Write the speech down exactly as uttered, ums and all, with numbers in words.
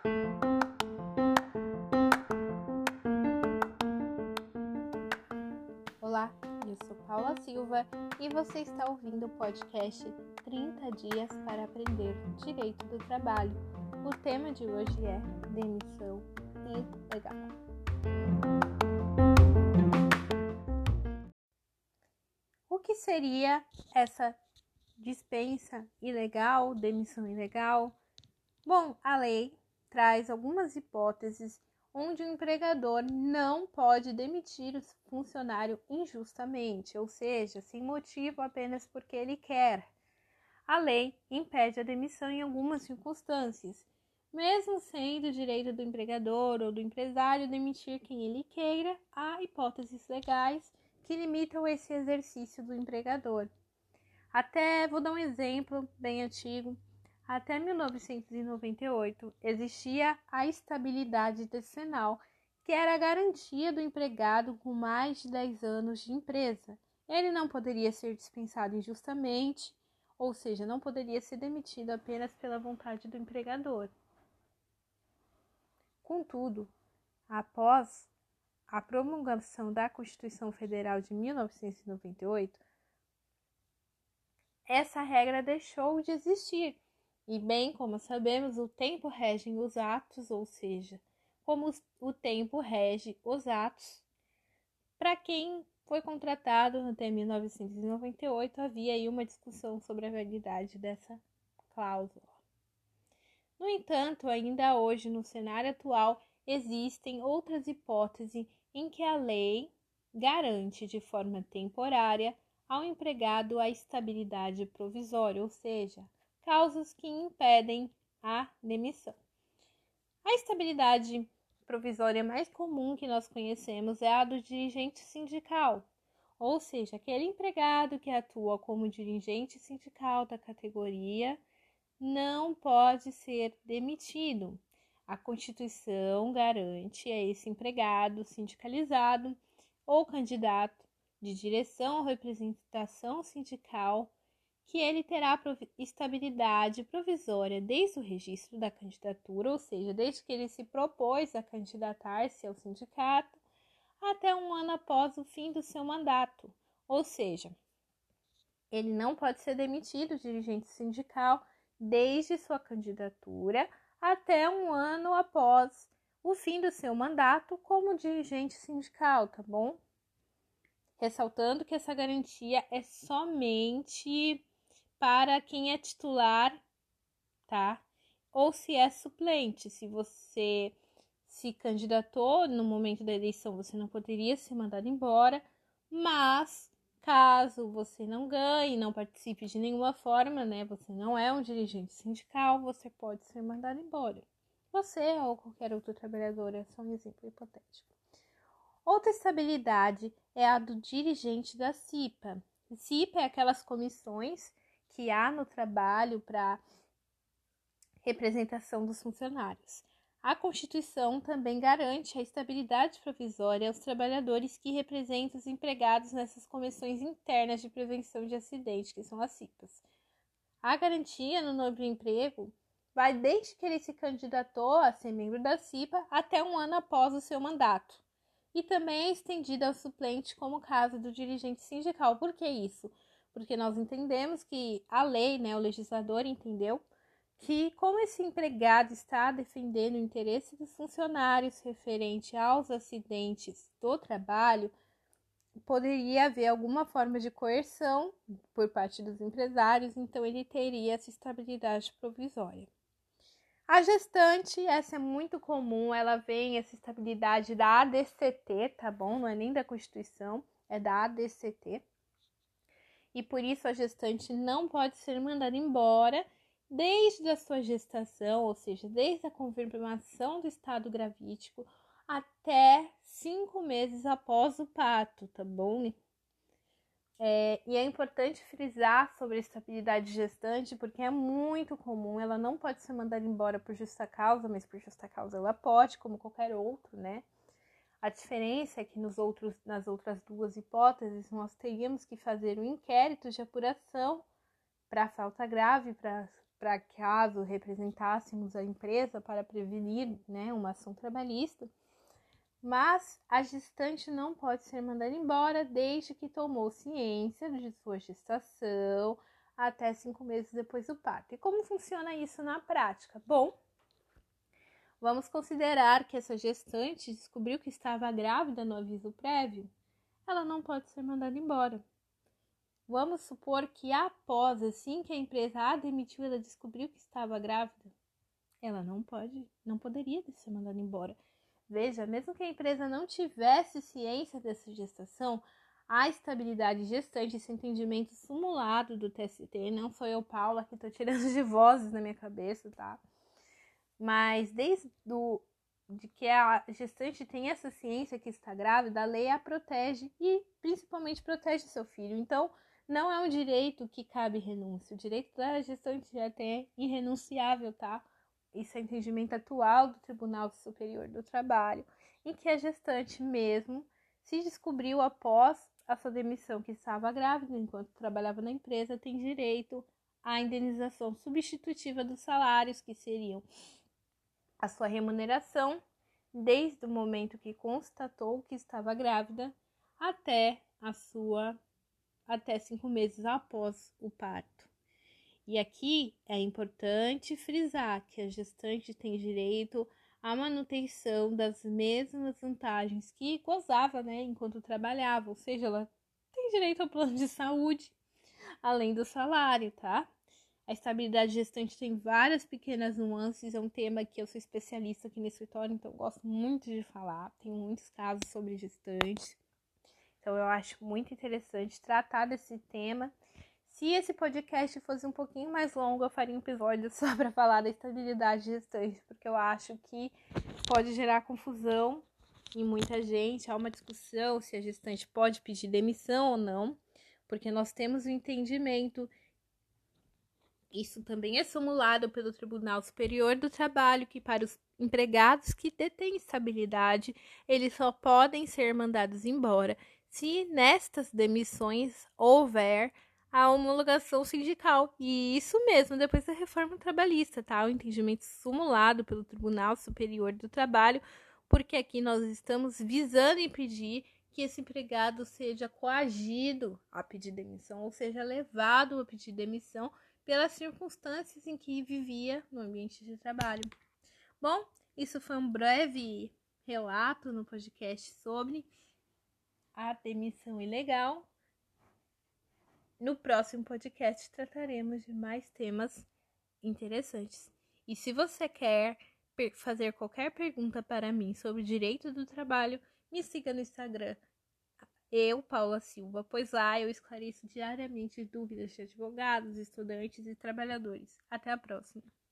Olá, eu sou Paula Silva e você está ouvindo o podcast trinta dias para aprender Direito do Trabalho. O tema de hoje é demissão ilegal. O que seria essa dispensa ilegal, demissão ilegal? Bom, a lei traz algumas hipóteses onde o empregador não pode demitir o funcionário injustamente, ou seja, sem motivo apenas porque ele quer. A lei impede a demissão em algumas circunstâncias, mesmo sendo direito do empregador ou do empresário demitir quem ele queira, há hipóteses legais que limitam esse exercício do empregador. Até, vou dar um exemplo bem antigo, até mil novecentos e noventa e oito existia a estabilidade decenal, que era a garantia do empregado com mais de dez anos de empresa. Ele não poderia ser dispensado injustamente, ou seja, não poderia ser demitido apenas pela vontade do empregador. Contudo, após a promulgação da Constituição Federal de mil novecentos e noventa e oito, essa regra deixou de existir. E bem como sabemos, o tempo rege os atos, ou seja, como o tempo rege os atos, para quem foi contratado até mil novecentos e noventa e oito, havia aí uma discussão sobre a validade dessa cláusula. No entanto, ainda hoje, no cenário atual, existem outras hipóteses em que a lei garante de forma temporária ao empregado a estabilidade provisória, ou seja, causas que impedem a demissão. A estabilidade provisória mais comum que nós conhecemos é a do dirigente sindical, ou seja, aquele empregado que atua como dirigente sindical da categoria não pode ser demitido. A Constituição garante a esse empregado sindicalizado ou candidato de direção ou representação sindical que ele terá estabilidade provisória desde o registro da candidatura, ou seja, desde que ele se propôs a candidatar-se ao sindicato, até um ano após o fim do seu mandato. Ou seja, ele não pode ser demitido, dirigente sindical, desde sua candidatura até um ano após o fim do seu mandato como dirigente sindical, tá bom? Ressaltando que essa garantia é somente para quem é titular, tá? Ou se é suplente. Se você se candidatou no momento da eleição, você não poderia ser mandado embora, mas caso você não ganhe, não participe de nenhuma forma, né? Você não é um dirigente sindical, você pode ser mandado embora. Você ou qualquer outro trabalhador, é só um exemplo hipotético. Outra estabilidade é a do dirigente da C I P A. C I P A é aquelas comissões que há no trabalho para representação dos funcionários. A Constituição também garante a estabilidade provisória aos trabalhadores que representam os empregados nessas comissões internas de prevenção de acidente, que são as C I P As. A garantia no novo emprego vai desde que ele se candidatou a ser membro da C I P A até um ano após o seu mandato. E também é estendida ao suplente, como o caso do dirigente sindical. Por que isso? Porque nós entendemos que a lei, né, o legislador entendeu que como esse empregado está defendendo o interesse dos funcionários referente aos acidentes do trabalho, poderia haver alguma forma de coerção por parte dos empresários, então ele teria essa estabilidade provisória. A gestante, essa é muito comum, ela vem, essa estabilidade da A D C T, tá bom? Não é nem da Constituição, é da A D C T. E por isso a gestante não pode ser mandada embora desde a sua gestação, ou seja, desde a confirmação do estado gravídico até cinco meses após o parto, tá bom? É, e é importante frisar sobre a estabilidade gestante, porque é muito comum, ela não pode ser mandada embora por justa causa, mas por justa causa ela pode, como qualquer outro, né? A diferença é que nos outros, nas outras duas hipóteses, nós teríamos que fazer um inquérito de apuração para falta grave, para para caso representássemos a empresa para prevenir, né, uma ação trabalhista, mas a gestante não pode ser mandada embora desde que tomou ciência de sua gestação até cinco meses depois do parto. E como funciona isso na prática? Bom, vamos considerar que essa gestante descobriu que estava grávida no aviso prévio. Ela não pode ser mandada embora. Vamos supor que após, assim que a empresa a demitiu, ela descobriu que estava grávida. Ela não pode, não poderia ser mandada embora. Veja, mesmo que a empresa não tivesse ciência dessa gestação, a estabilidade gestante, esse entendimento simulado do T S T, não sou eu, Paula, que estou tirando de vozes na minha cabeça, tá? Mas desde do, de que a gestante tem essa ciência que está grávida, a lei a protege e principalmente protege seu filho. Então, não é um direito que cabe renúncia. O direito da gestante já é irrenunciável, tá? Isso é entendimento atual do Tribunal Superior do Trabalho, em que a gestante mesmo se descobriu após a sua demissão que estava grávida enquanto trabalhava na empresa, tem direito à indenização substitutiva dos salários, que seriam a sua remuneração desde o momento que constatou que estava grávida até a sua até cinco meses após o parto. E aqui é importante frisar que a gestante tem direito à manutenção das mesmas vantagens que gozava, né, enquanto trabalhava, ou seja, ela tem direito ao plano de saúde, além do salário, tá? A estabilidade gestante tem várias pequenas nuances, é um tema que eu sou especialista aqui no escritório, então eu gosto muito de falar, tenho muitos casos sobre gestante, então eu acho muito interessante tratar desse tema. Se esse podcast fosse um pouquinho mais longo, eu faria um episódio só para falar da estabilidade gestante, porque eu acho que pode gerar confusão em muita gente. Há uma discussão se a gestante pode pedir demissão ou não, porque nós temos o entendimento, isso também é simulado pelo Tribunal Superior do Trabalho, que para os empregados que detêm estabilidade, eles só podem ser mandados embora se nestas demissões houver a homologação sindical. E isso mesmo, depois da reforma trabalhista, tá? O entendimento simulado pelo Tribunal Superior do Trabalho, porque aqui nós estamos visando impedir que esse empregado seja coagido a pedir demissão, ou seja, levado a pedir demissão pelas circunstâncias em que vivia no ambiente de trabalho. Bom, isso foi um breve relato no podcast sobre a demissão ilegal. No próximo podcast trataremos de mais temas interessantes. E se você quer fazer qualquer pergunta para mim sobre direito do trabalho, me siga no Instagram, eu, Paula Silva, pois lá eu esclareço diariamente dúvidas de advogados, estudantes e trabalhadores. Até a próxima!